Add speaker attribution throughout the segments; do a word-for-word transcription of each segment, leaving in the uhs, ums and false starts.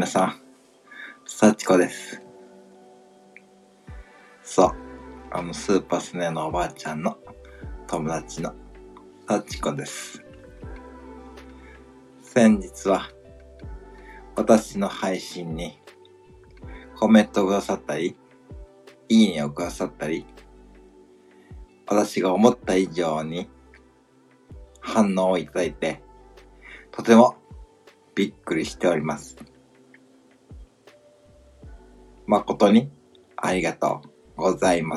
Speaker 1: 皆さん、幸子です。そう、あのスーパースネのおばあちゃんの友達の幸子です。先日は私の配信にコメントをくださったり、いいねをくださったり、私が思った以上に反応をいただいて、とてもびっくりしております。誠にありがとうございます。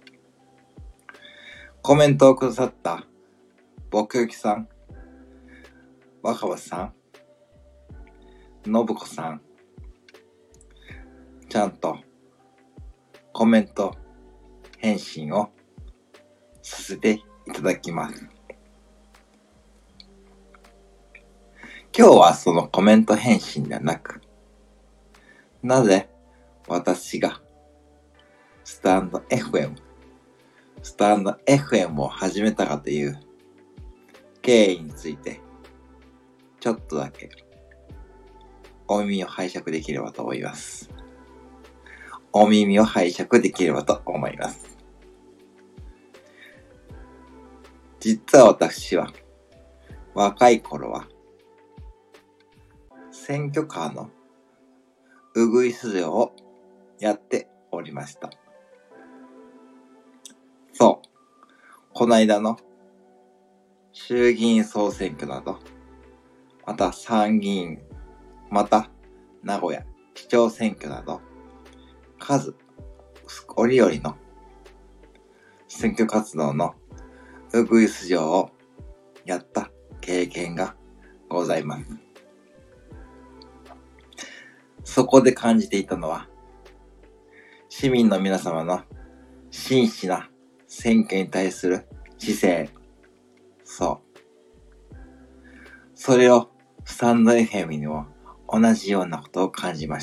Speaker 1: コメントをくださったぼくゆきさん、若葉さん、信子さん、ちゃんとコメント返信をさせていただきます。今日はそのコメント返信ではなく、なぜ私がスタンド エフエム、スタンド エフエム を始めたかという経緯について、ちょっとだけお耳を拝借できればと思います。お耳を拝借できればと思います。実は私は若い頃は選挙カーのうぐいす嬢をやっておりました。そう、この間の衆議院総選挙など、また参議院、また名古屋市長選挙など、数折々の選挙活動のうぐいす嬢をやった経験がございます。そこで感じていたのは、市民の皆様の真摯な選挙に対する姿勢。そう。それをスタンド エフエム にも同じようなことを感じました。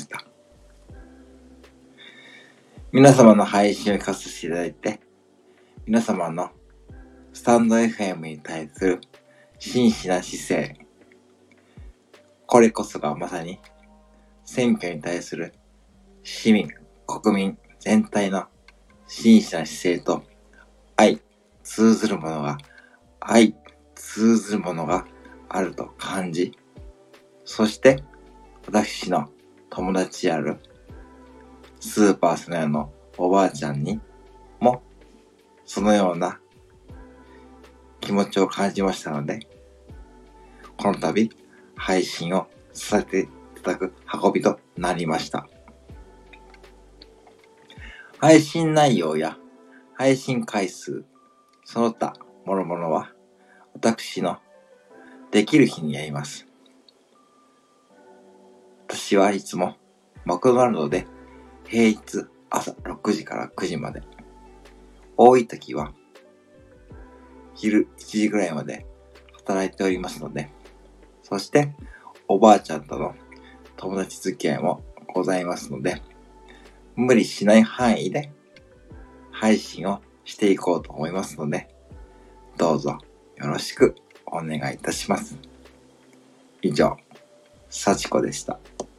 Speaker 1: 皆様の配信を聞かせていただいて、皆様のスタンド エフエム に対する真摯な姿勢。これこそがまさに選挙に対する市民、国民全体の真摯な姿勢と愛、通ずるものが、愛、通ずるものがあると感じ、そして私の友達であるスーパースネアのおばあちゃんにもそのような気持ちを感じましたので、この度配信をさせていただく運びとなりました。配信内容や配信回数、その他諸々は私のできる日にやります。私はいつもマクドナルドで平日朝ろくじからくじまで、多い時は昼いちじぐらいまで働いておりますので、そしておばあちゃんとの友達付き合いもございますので、無理しない範囲で配信をしていこうと思いますので、どうぞよろしくお願いいたします。以上、幸子でした。